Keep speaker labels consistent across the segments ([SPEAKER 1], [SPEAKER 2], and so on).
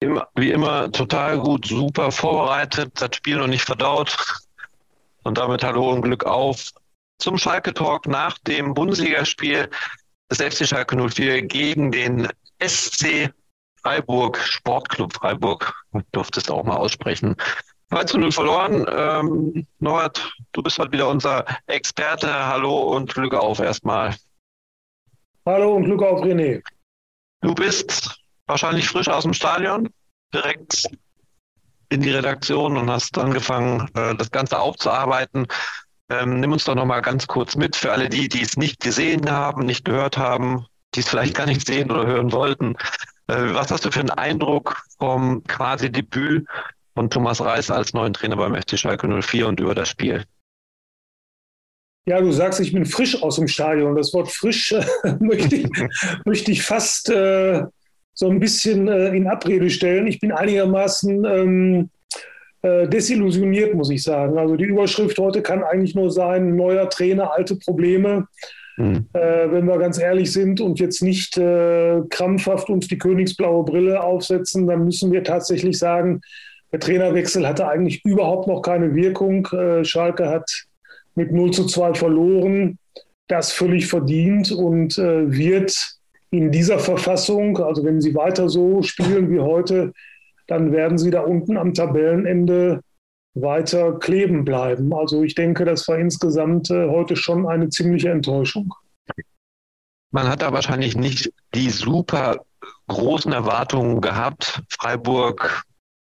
[SPEAKER 1] wie immer total gut, super vorbereitet, das Spiel noch nicht verdaut. Und damit hallo und Glück auf zum Schalke-Talk nach dem Bundesligaspiel des FC Schalke 04 gegen den SC Freiburg, Sportclub Freiburg. Ich durfte es auch mal aussprechen. 2-0 verloren. Norbert, du bist heute wieder unser Experte. Hallo und Glück auf erstmal.
[SPEAKER 2] Hallo und Glück auf, René.
[SPEAKER 1] Du bist wahrscheinlich frisch aus dem Stadion, direkt in die Redaktion und hast angefangen, das Ganze aufzuarbeiten. Nimm uns doch noch mal ganz kurz mit für alle die es nicht gesehen haben, nicht gehört haben, die es vielleicht gar nicht sehen oder hören wollten. Was hast du für einen Eindruck vom quasi Debüt von Thomas Reis als neuen Trainer beim FC Schalke 04 und über das Spiel?
[SPEAKER 2] Ja, du sagst, ich bin frisch aus dem Stadion. Das Wort frisch möchte ich fast so ein bisschen in Abrede stellen. Ich bin einigermaßen desillusioniert, muss ich sagen. Also die Überschrift heute kann eigentlich nur sein, neuer Trainer, alte Probleme. Wenn wir ganz ehrlich sind und jetzt nicht krampfhaft uns die königsblaue Brille aufsetzen, dann müssen wir tatsächlich sagen, der Trainerwechsel hatte eigentlich überhaupt noch keine Wirkung. Schalke hat mit 0-2 verloren, das völlig verdient und wird in dieser Verfassung, also wenn sie weiter so spielen wie heute, dann werden sie da unten am Tabellenende weiter kleben bleiben. Also ich denke, das war insgesamt heute schon eine ziemliche Enttäuschung.
[SPEAKER 1] Man hat da wahrscheinlich nicht die super großen Erwartungen gehabt. Freiburg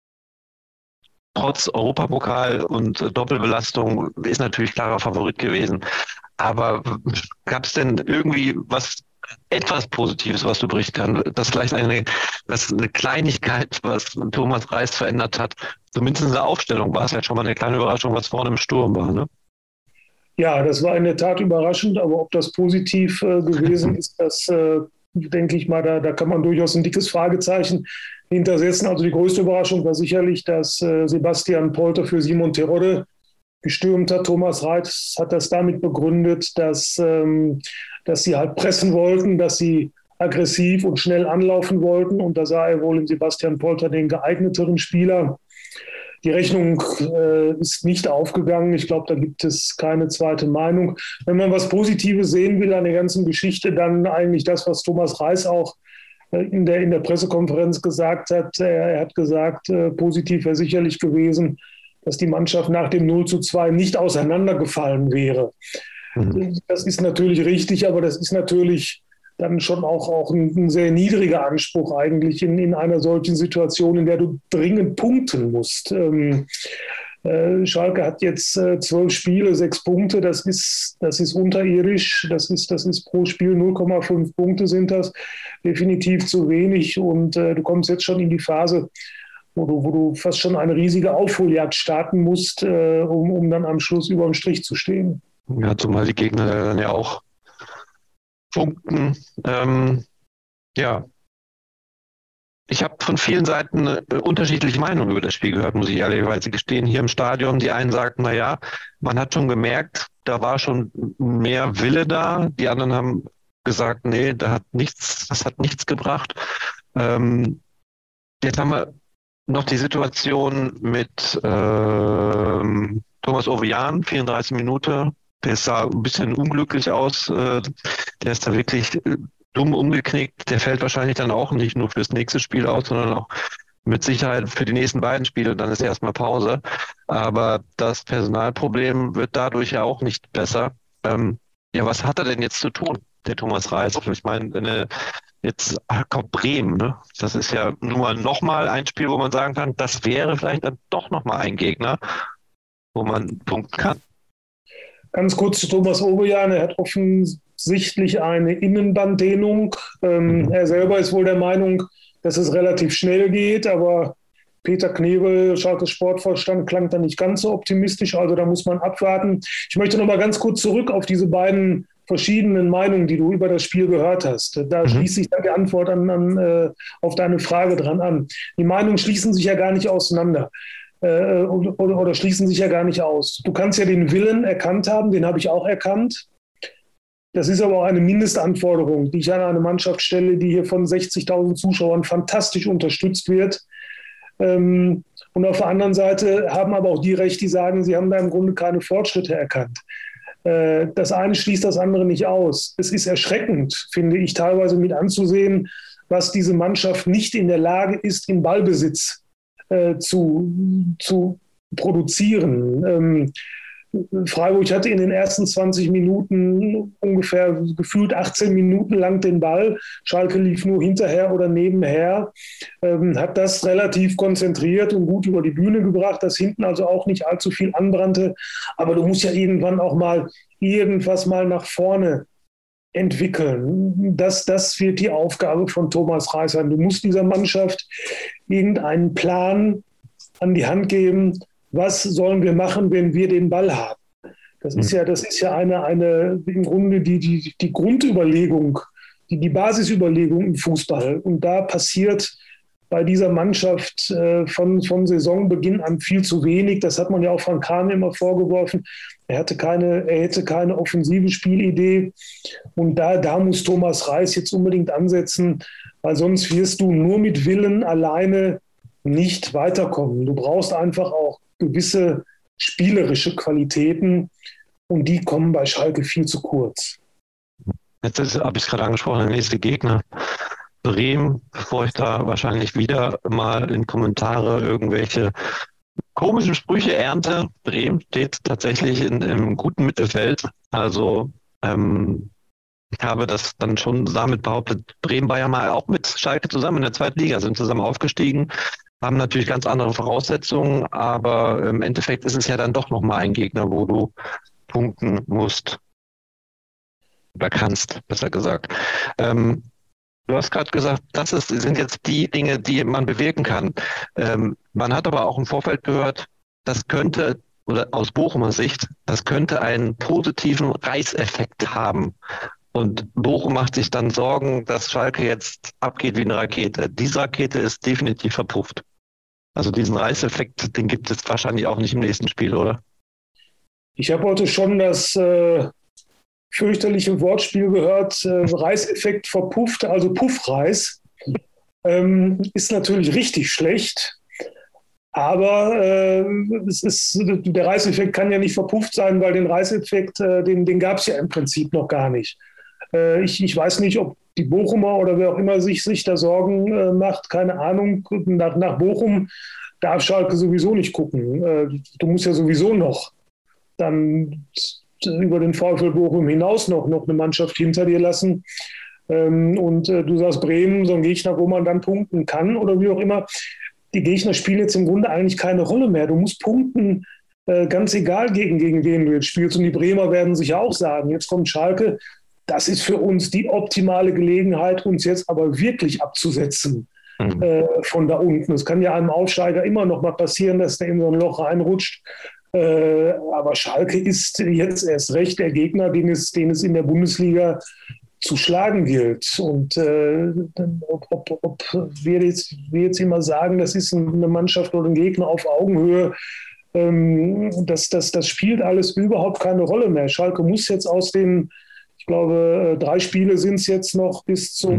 [SPEAKER 1] trotz Europapokal und Doppelbelastung ist natürlich klarer Favorit gewesen. Aber gab es denn irgendwie etwas Positives, was du berichten kannst? Das vielleicht eine Kleinigkeit, was Thomas Reis verändert hat. Zumindest in der Aufstellung war es ja schon mal eine kleine Überraschung, was vorne im Sturm war, ne?
[SPEAKER 2] Ja, das war in der Tat überraschend, aber ob das positiv gewesen ist, das denke ich mal, da kann man durchaus ein dickes Fragezeichen hintersetzen. Also die größte Überraschung war sicherlich, dass Sebastian Polter für Simon Terodde gestürmt hat. Thomas Reis hat das damit begründet, dass sie halt pressen wollten, dass sie aggressiv und schnell anlaufen wollten. Und da sah er wohl in Sebastian Polter den geeigneteren Spieler. Die Rechnung ist nicht aufgegangen. Ich glaube, da gibt es keine zweite Meinung. Wenn man was Positives sehen will an der ganzen Geschichte, dann eigentlich das, was Thomas Reis auch in der Pressekonferenz gesagt hat. Er hat gesagt, positiv wäre sicherlich gewesen, dass die Mannschaft nach dem 0-2 nicht auseinandergefallen wäre. Das ist natürlich richtig, aber das ist natürlich dann schon auch ein sehr niedriger Anspruch eigentlich in einer solchen Situation, in der du dringend punkten musst. Schalke hat jetzt 12 Spiele, 6 Punkte, das ist unterirdisch, das ist pro Spiel 0,5 Punkte sind das, definitiv zu wenig und du kommst jetzt schon in die Phase, wo du fast schon eine riesige Aufholjagd starten musst, um dann am Schluss über dem Strich zu stehen.
[SPEAKER 1] Ja, zumal die Gegner dann ja auch punkten. Ja. Ich habe von vielen Seiten unterschiedliche Meinungen über das Spiel gehört, muss ich ehrlicherweise gestehen. Hier im Stadion, die einen sagten, naja, man hat schon gemerkt, da war schon mehr Wille da. Die anderen haben gesagt, nee, das hat nichts gebracht. Jetzt haben wir noch die Situation mit Thomas Ovejan, 34 Minuten. Der sah ein bisschen unglücklich aus. Der ist da wirklich dumm umgeknickt. Der fällt wahrscheinlich dann auch nicht nur fürs nächste Spiel aus, sondern auch mit Sicherheit für die nächsten beiden Spiele. Dann ist erstmal Pause. Aber das Personalproblem wird dadurch ja auch nicht besser. Ja, was hat er denn jetzt zu tun, der Thomas Reis? Ich meine, wenn er jetzt kommt Bremen, ne? Das ist ja nur nochmal ein Spiel, wo man sagen kann, das wäre vielleicht dann doch nochmal ein Gegner, wo man punkten kann.
[SPEAKER 2] Ganz kurz zu Thomas Ovejan, er hat offensichtlich eine Innenbanddehnung. Er selber ist wohl der Meinung, dass es relativ schnell geht, aber Peter Knebel, Schalkes Sportvorstand, klang da nicht ganz so optimistisch, also da muss man abwarten. Ich möchte noch mal ganz kurz zurück auf diese beiden verschiedenen Meinungen, die du über das Spiel gehört hast. Da schließt sich dann die Antwort auf deine Frage dran an. Die Meinungen schließen sich ja gar nicht auseinander. Oder schließen sich ja gar nicht aus. Du kannst ja den Willen erkannt haben, den habe ich auch erkannt. Das ist aber auch eine Mindestanforderung, die ich an eine Mannschaft stelle, die hier von 60.000 Zuschauern fantastisch unterstützt wird. Und auf der anderen Seite haben aber auch die recht, die sagen, sie haben da im Grunde keine Fortschritte erkannt. Das eine schließt das andere nicht aus. Es ist erschreckend, finde ich, teilweise mit anzusehen, was diese Mannschaft nicht in der Lage ist, in Ballbesitz zu produzieren. Freiburg hatte in den ersten 20 Minuten ungefähr gefühlt 18 Minuten lang den Ball. Schalke lief nur hinterher oder nebenher, hat das relativ konzentriert und gut über die Bühne gebracht, dass hinten also auch nicht allzu viel anbrannte. Aber du musst ja irgendwann auch mal irgendwas mal nach vorne entwickeln. Das wird die Aufgabe von Thomas Reis sein. Du musst dieser Mannschaft irgendeinen Plan an die Hand geben. Was sollen wir machen, wenn wir den Ball haben? Das ist ja eine im Grunde die Grundüberlegung, die Basisüberlegung im Fußball. Und da passiert bei dieser Mannschaft von Saisonbeginn an viel zu wenig. Das hat man ja auch Frank Kahn immer vorgeworfen. Er hätte keine offensive Spielidee. Und da muss Thomas Reis jetzt unbedingt ansetzen, weil sonst wirst du nur mit Willen alleine nicht weiterkommen. Du brauchst einfach auch gewisse spielerische Qualitäten und die kommen bei Schalke viel zu kurz.
[SPEAKER 1] Jetzt habe ich es gerade angesprochen, der nächste Gegner. Bremen, bevor ich da wahrscheinlich wieder mal in Kommentare irgendwelche komischen Sprüche ernte. Bremen steht tatsächlich im guten Mittelfeld. Also ich habe das dann schon damit behauptet, Bremen war ja mal auch mit Schalke zusammen in der zweiten Liga, sind zusammen aufgestiegen, haben natürlich ganz andere Voraussetzungen, aber im Endeffekt ist es ja dann doch nochmal ein Gegner, wo du punkten musst. Oder kannst, besser gesagt. Du hast gerade gesagt, sind jetzt die Dinge, die man bewirken kann. Man hat aber auch im Vorfeld gehört, das könnte, oder aus Bochumer Sicht, das könnte einen positiven Reißeffekt haben. Und Bochum macht sich dann Sorgen, dass Schalke jetzt abgeht wie eine Rakete. Diese Rakete ist definitiv verpufft. Also diesen Reißeffekt, den gibt es wahrscheinlich auch nicht im nächsten Spiel, oder?
[SPEAKER 2] Ich habe heute schon das fürchterliche Wortspiel gehört, Reißeffekt verpufft, also Puffreis. Ist natürlich richtig schlecht. Aber der Reißeffekt kann ja nicht verpufft sein, weil den Reißeffekt, den gab es ja im Prinzip noch gar nicht. Ich weiß nicht, ob die Bochumer oder wer auch immer sich da Sorgen macht, keine Ahnung. Nach Bochum darf Schalke sowieso nicht gucken. Du musst ja sowieso noch dann über den VfL Bochum hinaus noch eine Mannschaft hinter dir lassen. Und du sagst Bremen, so ein Gegner, wo man dann punkten kann oder wie auch immer. Die Gegner spielen jetzt im Grunde eigentlich keine Rolle mehr. Du musst punkten, ganz egal gegen wen du jetzt spielst. Und die Bremer werden sich auch sagen, jetzt kommt Schalke, das ist für uns die optimale Gelegenheit, uns jetzt aber wirklich abzusetzen von da unten. Es kann ja einem Aufsteiger immer noch mal passieren, dass der in so ein Loch reinrutscht. Aber Schalke ist jetzt erst recht der Gegner, den es in der Bundesliga zu schlagen gilt. Und ob wir jetzt immer sagen, das ist eine Mannschaft oder ein Gegner auf Augenhöhe, das spielt alles überhaupt keine Rolle mehr. Schalke muss jetzt aus den, ich glaube, 3 Spiele sind es jetzt noch bis zur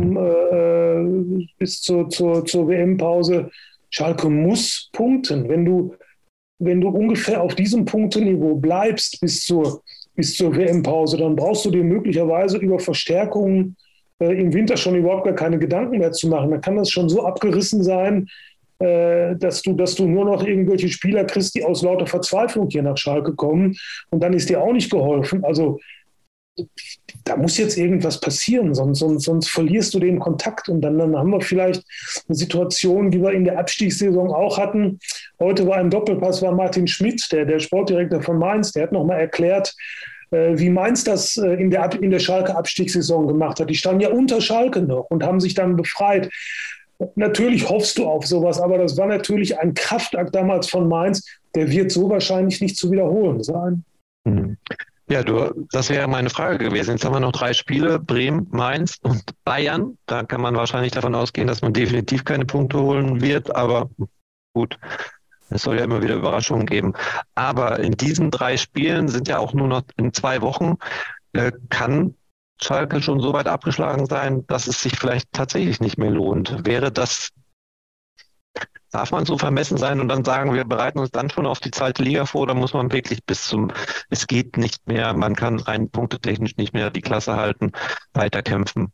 [SPEAKER 2] WM-Pause. Schalke muss punkten. Wenn du ungefähr auf diesem Punkteniveau bleibst bis zur WM-Pause, dann brauchst du dir möglicherweise über Verstärkungen im Winter schon überhaupt gar keine Gedanken mehr zu machen. Dann kann das schon so abgerissen sein, dass du nur noch irgendwelche Spieler kriegst, die aus lauter Verzweiflung hier nach Schalke kommen. Und dann ist dir auch nicht geholfen. Also da muss jetzt irgendwas passieren, sonst verlierst du den Kontakt. Und dann haben wir vielleicht eine Situation, die wir in der Abstiegssaison auch hatten. Heute war im Doppelpass Martin Schmidt, der Sportdirektor von Mainz, der hat nochmal erklärt, wie Mainz das in der Schalke-Abstiegssaison gemacht hat. Die standen ja unter Schalke noch und haben sich dann befreit. Natürlich hoffst du auf sowas, aber das war natürlich ein Kraftakt damals von Mainz, der wird so wahrscheinlich nicht zu wiederholen sein.
[SPEAKER 1] Ja, das wäre meine Frage gewesen. Jetzt haben wir noch 3 Spiele, Bremen, Mainz und Bayern. Da kann man wahrscheinlich davon ausgehen, dass man definitiv keine Punkte holen wird, aber gut, es soll ja immer wieder Überraschungen geben. Aber in diesen 3 Spielen sind ja auch nur noch in 2 Wochen, kann Schalke schon so weit abgeschlagen sein, dass es sich vielleicht tatsächlich nicht mehr lohnt. Wäre das Darf man so vermessen sein und dann sagen, wir bereiten uns dann schon auf die zweite Liga vor, oder muss man wirklich es geht nicht mehr, man kann rein punktetechnisch nicht mehr die Klasse halten, weiterkämpfen?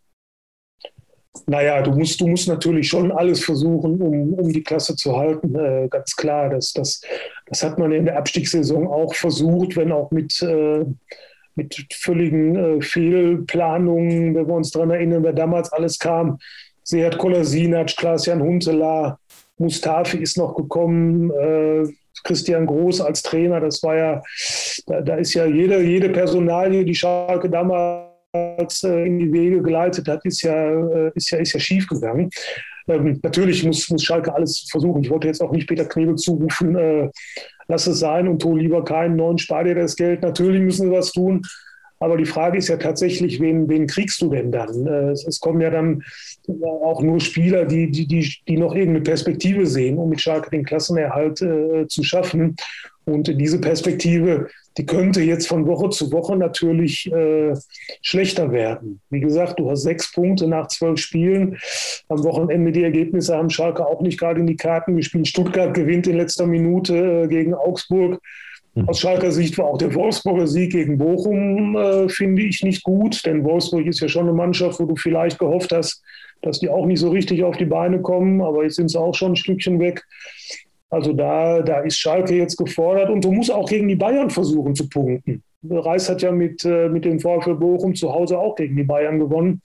[SPEAKER 2] Naja, du musst natürlich schon alles versuchen, um die Klasse zu halten. Ganz klar, das hat man in der Abstiegssaison auch versucht, wenn auch mit völligen Fehlplanungen, wenn wir uns daran erinnern, wer damals alles kam. Sead Kolasinac, Klaas-Jan Huntelaar, Mustafi ist noch gekommen, Christian Groß als Trainer, das war ja, da ist ja jede Personalie, die Schalke damals in die Wege geleitet hat, ist ja schief gegangen. Natürlich muss Schalke alles versuchen. Ich wollte jetzt auch nicht Peter Knebel zurufen, lass es sein und tu lieber keinen neuen, spar dir das Geld. Natürlich müssen sie was tun. Aber die Frage ist ja tatsächlich, wen kriegst du denn dann? Es kommen ja dann auch nur Spieler, die noch irgendeine Perspektive sehen, um mit Schalke den Klassenerhalt zu schaffen. Und diese Perspektive, die könnte jetzt von Woche zu Woche natürlich schlechter werden. Wie gesagt, du hast 6 Punkte nach 12 Spielen. Am Wochenende die Ergebnisse haben Schalke auch nicht gerade in die Karten gespielt. Stuttgart gewinnt in letzter Minute gegen Augsburg. Aus Schalker Sicht war auch der Wolfsburger Sieg gegen Bochum, finde ich, nicht gut. Denn Wolfsburg ist ja schon eine Mannschaft, wo du vielleicht gehofft hast, dass die auch nicht so richtig auf die Beine kommen. Aber jetzt sind sie auch schon ein Stückchen weg. Also da ist Schalke jetzt gefordert. Und du musst auch gegen die Bayern versuchen zu punkten. Reis hat ja mit dem VfL Bochum zu Hause auch gegen die Bayern gewonnen.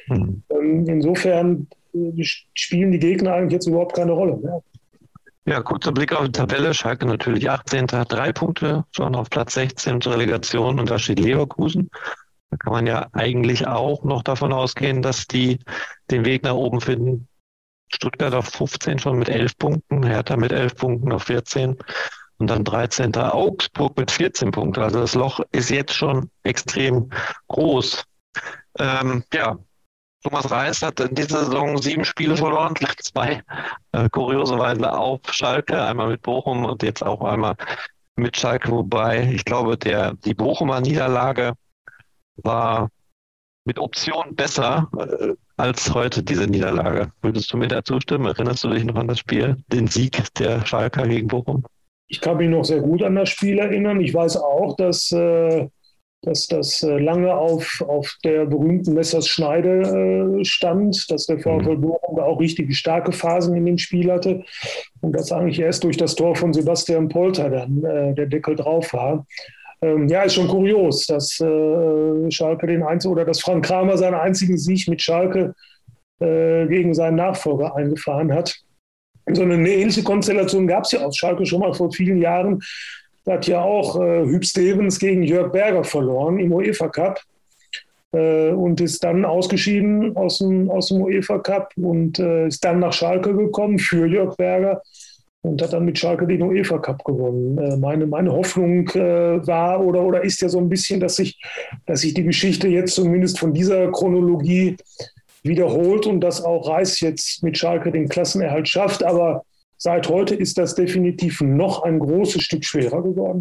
[SPEAKER 2] Insofern spielen die Gegner eigentlich jetzt überhaupt keine Rolle mehr.
[SPEAKER 1] Ja, kurzer Blick auf die Tabelle. Schalke natürlich 18. hat 3 Punkte, schon auf Platz 16 zur Relegation, und da steht Leverkusen. Da kann man ja eigentlich auch noch davon ausgehen, dass die den Weg nach oben finden. Stuttgart auf 15 schon mit 11 Punkten, Hertha mit 11 Punkten auf 14 und dann 13. Augsburg mit 14 Punkten. Also das Loch ist jetzt schon extrem groß. Thomas Reis hat in dieser Saison 7 Spiele verloren, 2 kurioserweise auf Schalke, einmal mit Bochum und jetzt auch einmal mit Schalke, wobei ich glaube, die Bochumer Niederlage war mit Option besser als heute diese Niederlage. Würdest du mir dazu stimmen? Erinnerst du dich noch an das Spiel, den Sieg der Schalker gegen Bochum?
[SPEAKER 2] Ich kann mich noch sehr gut an das Spiel erinnern. Ich weiß auch, dass das lange auf der berühmten Messerschneide stand, dass der VfL Bochum da auch richtige starke Phasen in dem Spiel hatte und dass eigentlich erst durch das Tor von Sebastian Polter dann der Deckel drauf war. Ist schon kurios, dass Schalke dass Frank Kramer seinen einzigen Sieg mit Schalke gegen seinen Nachfolger eingefahren hat. So eine ähnliche Konstellation gab es ja aus Schalke schon mal vor vielen Jahren. Da hat ja auch Huub Stevens gegen Jörg Berger verloren im UEFA Cup und ist dann ausgeschieden aus dem UEFA Cup und ist dann nach Schalke gekommen für Jörg Berger und hat dann mit Schalke den UEFA Cup gewonnen. Meine Hoffnung war oder ist ja so ein bisschen, dass sich die Geschichte jetzt zumindest von dieser Chronologie wiederholt und dass auch Reis jetzt mit Schalke den Klassenerhalt schafft. Aber seit heute ist das definitiv noch ein großes Stück schwerer geworden.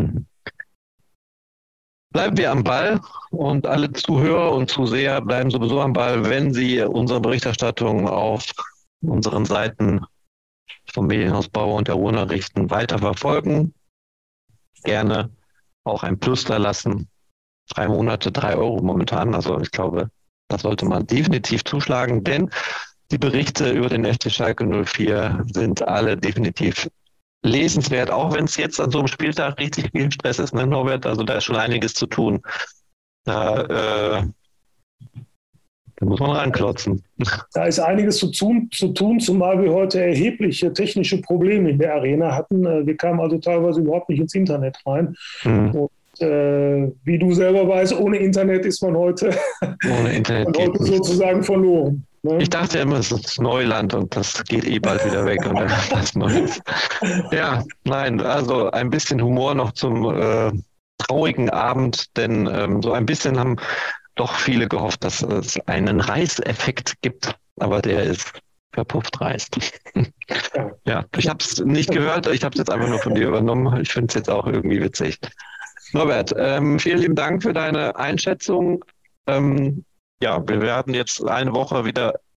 [SPEAKER 1] Bleiben wir am Ball und alle Zuhörer und Zuseher bleiben sowieso am Ball, wenn sie unsere Berichterstattung auf unseren Seiten vom Medienhaus Bauer und der Ruhr-Nachrichten weiter verfolgen. Gerne auch ein Plus da lassen. 3 Monate, 3 Euro momentan. Also ich glaube, das sollte man definitiv zuschlagen, denn die Berichte über den FC Schalke 04 sind alle definitiv lesenswert, auch wenn es jetzt an so einem Spieltag richtig viel Stress ist, ne, Norbert? Also da ist schon einiges zu tun. Da muss man ranklotzen.
[SPEAKER 2] Da ist einiges zu tun, zumal wir heute erhebliche technische Probleme in der Arena hatten. Wir kamen also teilweise überhaupt nicht ins Internet rein. Und wie du selber weißt, ohne Internet ist man heute, sozusagen verloren. Ne?
[SPEAKER 1] Ich dachte immer, es ist Neuland und das geht bald wieder weg. Und dann was Neues. Ja, nein, also ein bisschen Humor noch zum traurigen Abend, denn so ein bisschen haben doch viele gehofft, dass es einen Reiseffekt gibt, aber der ist verpufft Reis. Ja, ich habe es nicht gehört, ich habe es jetzt einfach nur von dir übernommen. Ich finde es jetzt auch irgendwie witzig. Norbert, vielen lieben Dank für deine Einschätzung. Wir werden jetzt eine Woche wieder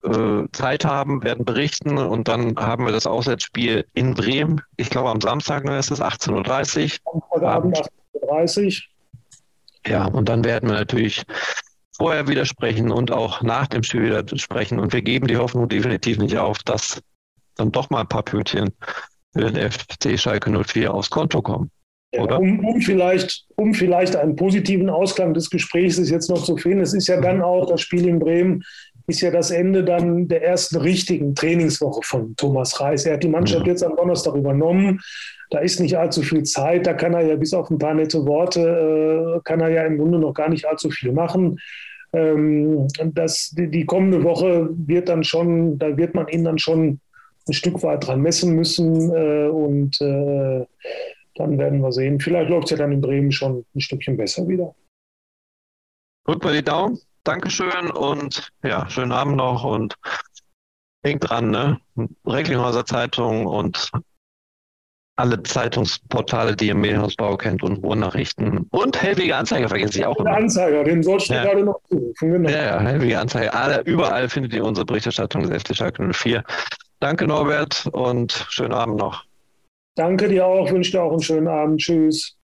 [SPEAKER 1] Zeit haben, werden berichten und dann haben wir das Auswärtsspiel in Bremen. Ich glaube am Samstag ist es 18:30 Uhr.
[SPEAKER 2] Abend 18:30 Uhr.
[SPEAKER 1] Ja, und dann werden wir natürlich vorher wieder sprechen und auch nach dem Spiel wieder sprechen. Und wir geben die Hoffnung definitiv nicht auf, dass dann doch mal ein paar Pünktchen für den FC Schalke 04 aufs Konto kommen.
[SPEAKER 2] Ja, um vielleicht einen positiven Ausklang des Gesprächs jetzt noch zu finden. Es ist ja dann auch, das Spiel in Bremen ist ja das Ende dann der ersten richtigen Trainingswoche von Thomas Reis. Er hat die Mannschaft jetzt am Donnerstag übernommen. Da ist nicht allzu viel Zeit. Da kann er ja bis auf ein paar nette Worte, kann er ja im Grunde noch gar nicht allzu viel machen. Die kommende Woche wird dann schon, da wird man ihn dann schon ein Stück weit dran messen müssen und dann werden wir sehen. Vielleicht läuft es ja dann in Bremen schon ein Stückchen besser wieder.
[SPEAKER 1] Drückt mal die Daumen. Dankeschön und ja, schönen Abend noch und denkt dran, ne? Recklinghäuser Zeitung und alle Zeitungsportale, die ihr im Medienhausbau kennt und Ruhrnachrichten und Hellwige Anzeiger vergesse ich auch immer.
[SPEAKER 2] Der Anzeiger, den sollst du gerade noch zurufen.
[SPEAKER 1] Genau. Ja, Hellwige Anzeiger. Überall findet ihr unsere Berichterstattung des FC Schalke 04. Danke Norbert und schönen Abend noch.
[SPEAKER 2] Danke dir auch, wünsche dir auch einen schönen Abend. Tschüss.